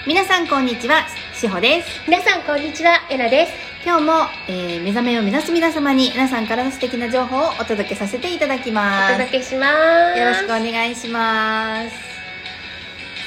皆さんこんにちは、しほです。 皆さんこんにちは、えなです。 今日も、目覚めを目指す皆様に皆さんからの素敵な情報をお届けさせていただきます。 お届けします。 よろしくお願いします。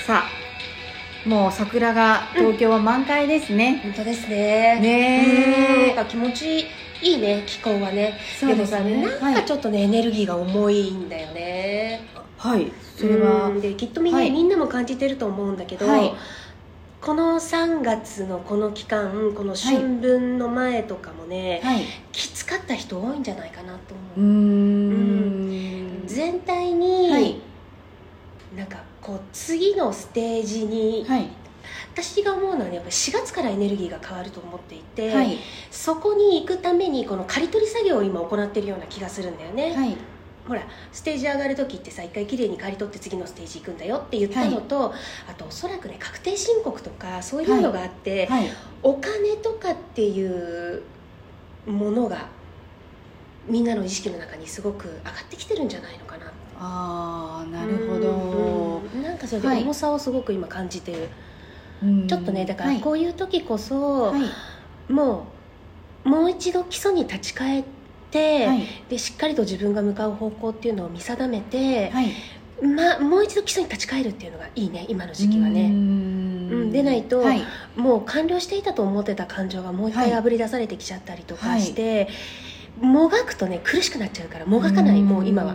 さあ、もう桜が東京は満開ですね。 本当ですね。 ねえ、 なんか気持ちいいね、気候はね。 そうですね。 でもさ、なんかちょっとね、エネルギーが重いんだよね。 はい、それはできっとみんなも感じてると思うんだけど、この3月のこの期間、この春分の前とかもね、きつかった人多いんじゃないかなと思う。全体に、なんかこう次のステージに、私が思うのはね、やっぱり4月からエネルギーが変わると思っていて、そこに行くためにこの刈り取り作業を今行っているような気がするんだよね。ほらステージ上がる時ってさ、一回きれいに刈り取って次のステージ行くんだよって言ったのと、あとおそらくね、確定申告とかそういうのがあって、お金とかっていうものがみんなの意識の中にすごく上がってきてるんじゃないのかな。 ああ、なるほど。 なんかそれで重さをすごく今感じてる。ちょっとね、だからこういう時こそ、もう一度基礎に立ち返って、でしっかりと自分が向かう方向っていうのを見定めて、もう一度基礎に立ち返るっていうのがいいね、今の時期はね。でないと、もう完了していたと思ってた感情がもう一回あぶり出されてきちゃったりとかして、もがくとね苦しくなっちゃうから、もがかない。もう今は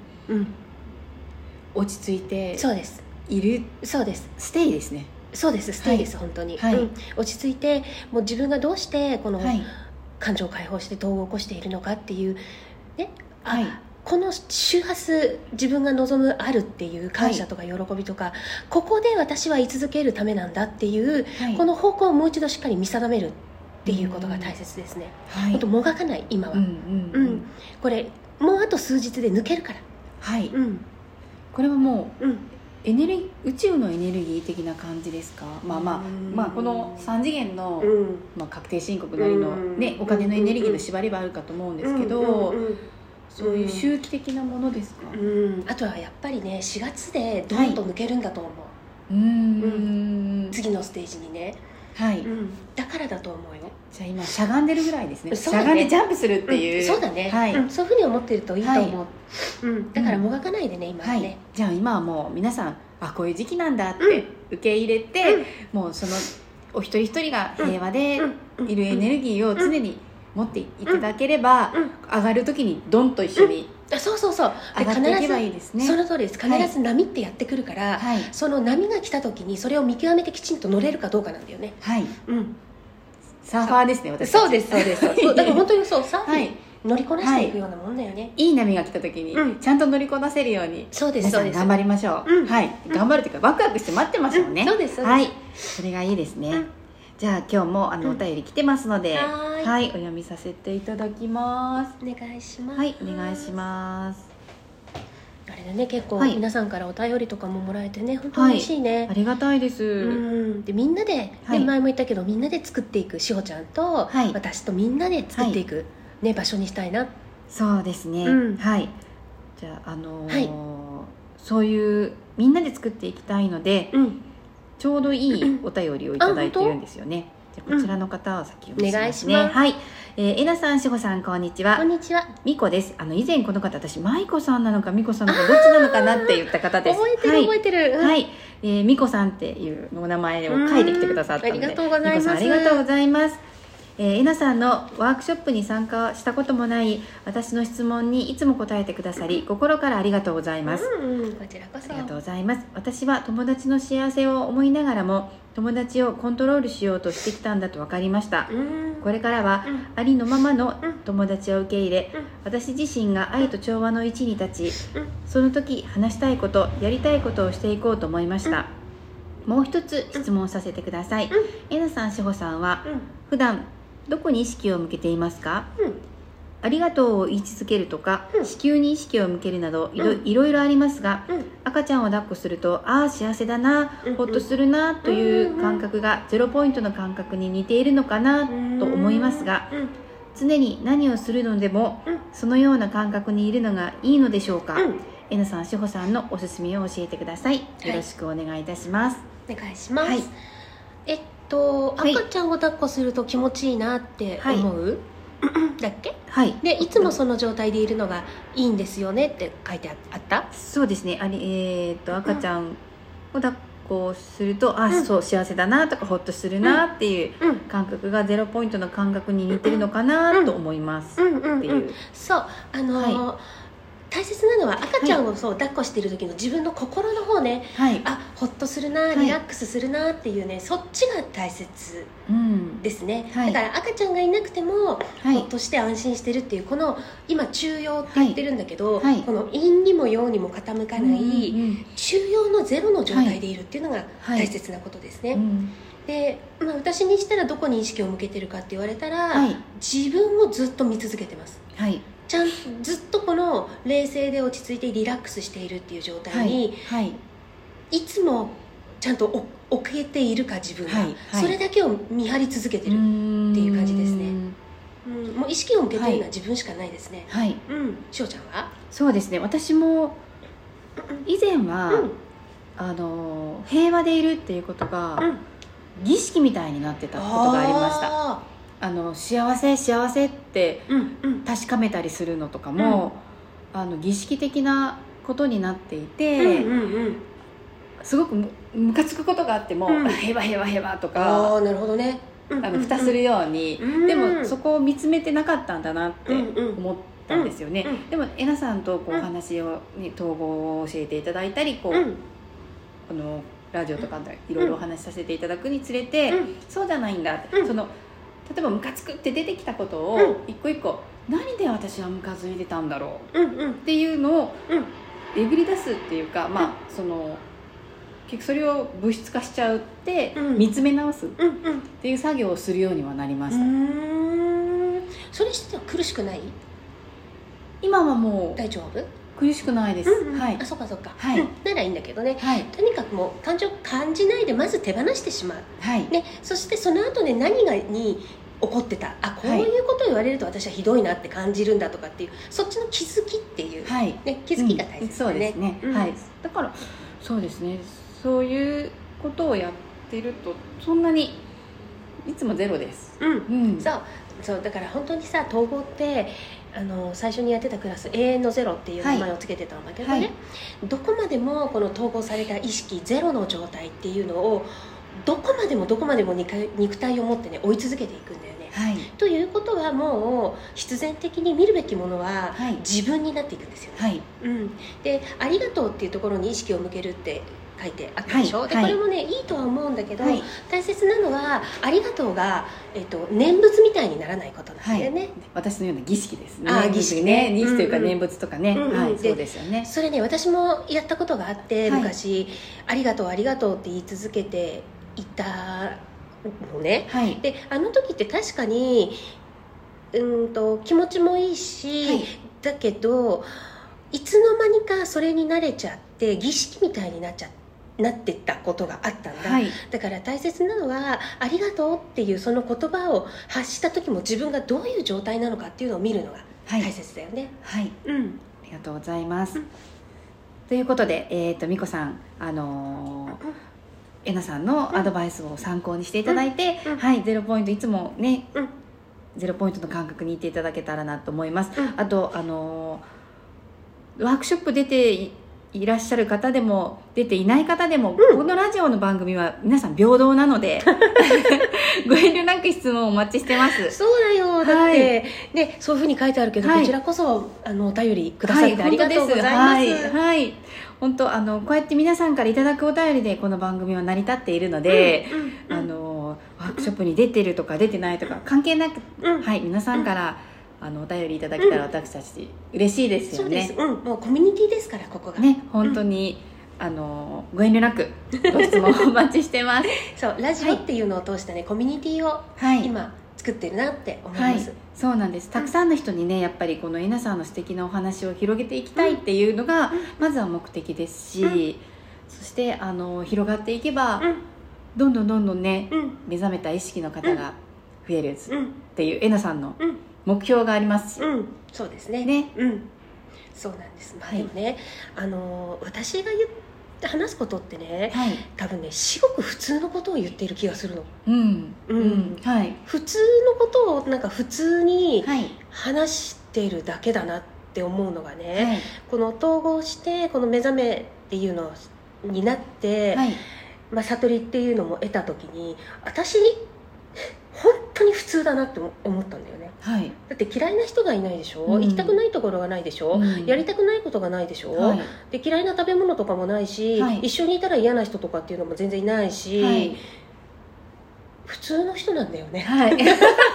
落ち着いてそうですいる。 そうです、 ステイですね。 そうです、ステイです、本当に。落ち着いて、もう自分がどうしてこの感情を解放して動を起こしているのかっていうね、この周波数、自分が望むあるっていう感謝とか喜びとか、ここで私は居続けるためなんだっていう、この方向をもう一度しっかり見定めるっていうことが大切ですね。本当もがかない、今は。これもうあと数日で抜けるから。 これはもう、宇宙のエネルギー的な感じですか？この3次元の、確定申告なりの、お金のエネルギーの縛りはあるかと思うんですけど、そういう周期的なものですか？ あとはやっぱりね、4月でドンと抜けるんだと思う。次のステージにね。だからだと思うよ。 じゃあ今しゃがんでるぐらいですね。しゃがんでジャンプするっていう。 そうだね。そういうふうに思ってるといいと思う。だからもがかないでね、今はね。 じゃあ今はもう皆さん、こういう時期なんだって受け入れて、もうそのお一人一人が平和でいるエネルギーを常に持っていただければ、上がる時にドンと一緒にそうそうそう、 上がっていけばいいですね。 その通りです。必ず波ってやってくるから、その波が来た時にそれを見極めてきちんと乗れるかどうかなんだよね。 サーファーですね、私。 そうです、そうです。だから本当にそう、サーフィン乗りこなしていくようなもんだよね。 いい波が来た時にちゃんと乗りこなせるように、 そうです、 皆さん頑張りましょう。頑張るというかワクワクして待ってましょうね。 そうです、そうです。それがいいですね。じゃあ今日もお便り来てますので、お読みさせていただきます。 お願いします。 お願いします。 あれだね、結構皆さんからお便りとかももらえてね、本当に嬉しいね。 ありがたいです。 でみんなで、前も言ったけど、みんなで作っていく、しほちゃんと私とみんなで作っていく場所にしたいな。 そうですね。じゃあそういうみんなで作っていきたいので、ちょうどいいお便りをいただいているんですよね。じゃあこちらの方を先読みしますね。えなさん、しほさん、こんにちは。 こんにちは。 みこです。以前この方、私まいこさんなのかみこさんなのかどっちなのかなって言った方です。 覚えてる、覚えてる。 みこさんっていうお名前を書いてきてくださったので、 ありがとうございます。 みこさんありがとうございます。えなさんのワークショップに参加したこともない私の質問にいつも答えてくださり、心からありがとうございます。 こちらこそありがとうございます。私は友達の幸せを思いながらも友達をコントロールしようとしてきたんだと分かりました。これからはありのままの友達を受け入れ、私自身が愛と調和の位置に立ち、その時話したいこと、やりたいことをしていこうと思いました。もう一つ質問させてください。えなさん、しほさんは普段どこに意識を向けていますか？ありがとうを言い続けるとか、子宮に意識を向けるなどいろいろありますが、赤ちゃんを抱っこすると、ああ幸せだな、ほっとするなという感覚がゼロポイントの感覚に似ているのかなと思いますが、常に何をするのでもそのような感覚にいるのがいいのでしょうか？えなさん、しほさんのおすすめを教えてください。よろしくお願いいたします。 お願いします。 赤ちゃんを抱っこすると気持ちいいなって思う、だっけ？ はい。 でいつもその状態でいるのがいいんですよねって書いてあった？ そうですね。赤ちゃんを抱っこすると、そう幸せだなとかほっとするなっていう感覚が0ポイントの感覚に似てるのかなと思いますっていう。 そう大切なのは赤ちゃんを抱っこしている時の自分の心の方ね、ほっとするな、リラックスするなっていうね、そっちが大切ですね、だから赤ちゃんがいなくてもほっとして安心してるっていう、この今中庸って言ってるんだけど、この陰にも陽にも傾かない中庸のゼロの状態でいるっていうのが大切なことですね、で、私にしたらどこに意識を向けてるかって言われたら、自分をずっと見続けてます、ずっとこの冷静で落ち着いてリラックスしているっていう状態に、いつもちゃんと置けているか自分が、それだけを見張り続けてるっていう感じですね。もう意識を向けているのは自分しかないですね。しおちゃんは？ そうですね、私も以前は、平和でいるっていうことが、儀式みたいになってたことがありました。幸せって確かめたりするのとかも、儀式的なことになっていて、すごくムカつくことがあっても、平和とか、 なるほどね、 蓋するように、でもそこを見つめてなかったんだなって思ったんですよね。でもえなさんとお話を、統合を教えていただいたり、ラジオとかでいろいろお話しさせていただくにつれて、そうじゃないんだって、例えばムカつくって出てきたことを一個一個、何で私はムカついてたんだろうっていうのをえぐり出すっていうか、結局それを物質化しちゃうって見つめ直すっていう作業をするようにはなりました。 それしては苦しくない？ 今はもう大丈夫？ 苦しくないです。 あ、そうかそうか、ならいいんだけどね、とにかくもう感情感じないでまず手放してしまう、そしてその後ね、何に怒ってた、こういうことを言われると私はひどいなって感じるんだとかっていう、そっちの気づきっていう、気づきが大切だね。そうですね、だからそうですね、そういうことをやってるとそんなにいつもゼロです。そうだから本当にさ、統合って最初にやってたクラス、永遠のゼロっていう名前をつけてたんだけどね、どこまでもこの統合された意識ゼロの状態っていうのをどこまでも肉体を持ってね、追い続けていくんだよね、ということはもう必然的に見るべきものは自分になっていくんですよね、でありがとうっていうところに意識を向けるって書いてあったでしょ、でこれもねいいとは思うんだけど、大切なのはありがとうが、念仏みたいにならないことなんだよね、 私のような儀式ですね。 儀式ね、 儀式というか念仏とかね、そうですよね。 それね、私もやったことがあって、昔ありがとうって言い続けていたのね、であの時って確かに気持ちもいいし、だけどいつの間にかそれに慣れちゃって儀式みたいになってったことがあったんだ、だから大切なのはありがとうっていうその言葉を発した時も自分がどういう状態なのかっていうのを見るのが大切だよね。ありがとうございます、ということで、みこさんえなさんのアドバイスを参考にしていただいて、0ポイントいつもね、0ポイントの感覚にいっていただけたらなと思います。あとワークショップ出ていらっしゃる方でも出ていない方でも、このラジオの番組は皆さん平等なのでご遠慮なく質問をお待ちしてます。 そうだよ、だって、ね、そういうふうに書いてあるけど、こちらこそお便りくださってありがとうございます。 本当こうやって皆さんからいただくお便りでこの番組は成り立っているので、ワークショップに出てるとか出てないとか関係なく、皆さんからお便りいただけたら私たち嬉しいですよね。 そうです、もうコミュニティですから、ここがね、本当に、ご遠慮なくご質問お待ちしてますそうラジオっていうのを通してね、コミュニティを今作ってるなって思います、 そうなんです。たくさんの人にね、やっぱりこのえなさんの素敵なお話を広げていきたいっていうのがまずは目的ですし、そして広がっていけば、どんどんね、目覚めた意識の方が増えるっていうえなさんの目標がありますし、 そうですね。そうなんです。でもね、私が話すことってね、 はい、 多分ねすごく普通のことを言っている気がするの。 はい、 普通のことをなんか普通に話してるだけだなって思うのがね、はい、この統合してこの目覚めっていうのになって、はい、悟りっていうのも得た時に私本当に普通だなって思ったんだよね、はい、だって嫌いな人がいないでしょ、行きたくないところがないでしょ、やりたくないことがないでしょ、はい、で嫌いな食べ物とかもないし、はい、一緒にいたら嫌な人とかっていうのも全然いないし、はい、普通の人なんだよね、はい、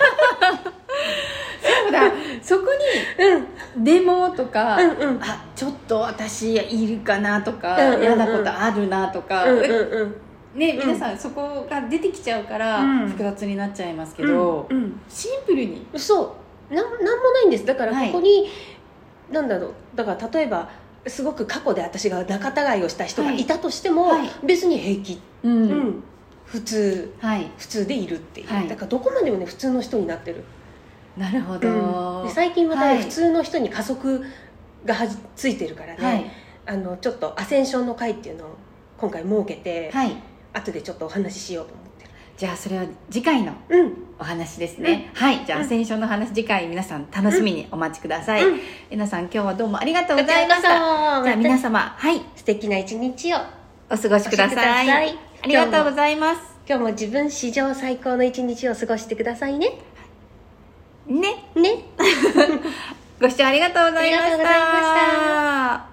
そうだ、そこに、でもとか、あ、ちょっと私いるかなとか、嫌なことあるなとか、ね、皆さんそこが出てきちゃうから複雑になっちゃいますけど、シンプルにそうなんもないんです。だからここに、はい、なんだろう、だから例えばすごく過去で私が仲違いをした人がいたとしても、はい、別に平気、普通、はい、普通でいるっていう、はい、だからどこまでもね普通の人になってる。 なるほど、 で最近また、ね、普通の人に加速がついてるからね、はい、ちょっとアセンションの会っていうのを今回設けて、はい、後でちょっとお話ししようと思ってる。 じゃあそれは次回のお話ですね、はい。じゃあアセンションの話、次回皆さん楽しみにお待ちください、皆さん今日はどうもありがとうございました。じゃあ皆様、はい、 素敵な一日をお過ごしください。ありがとうございます。 今日も自分史上最高の一日を過ごしてくださいね。 ご視聴ありがとうございました。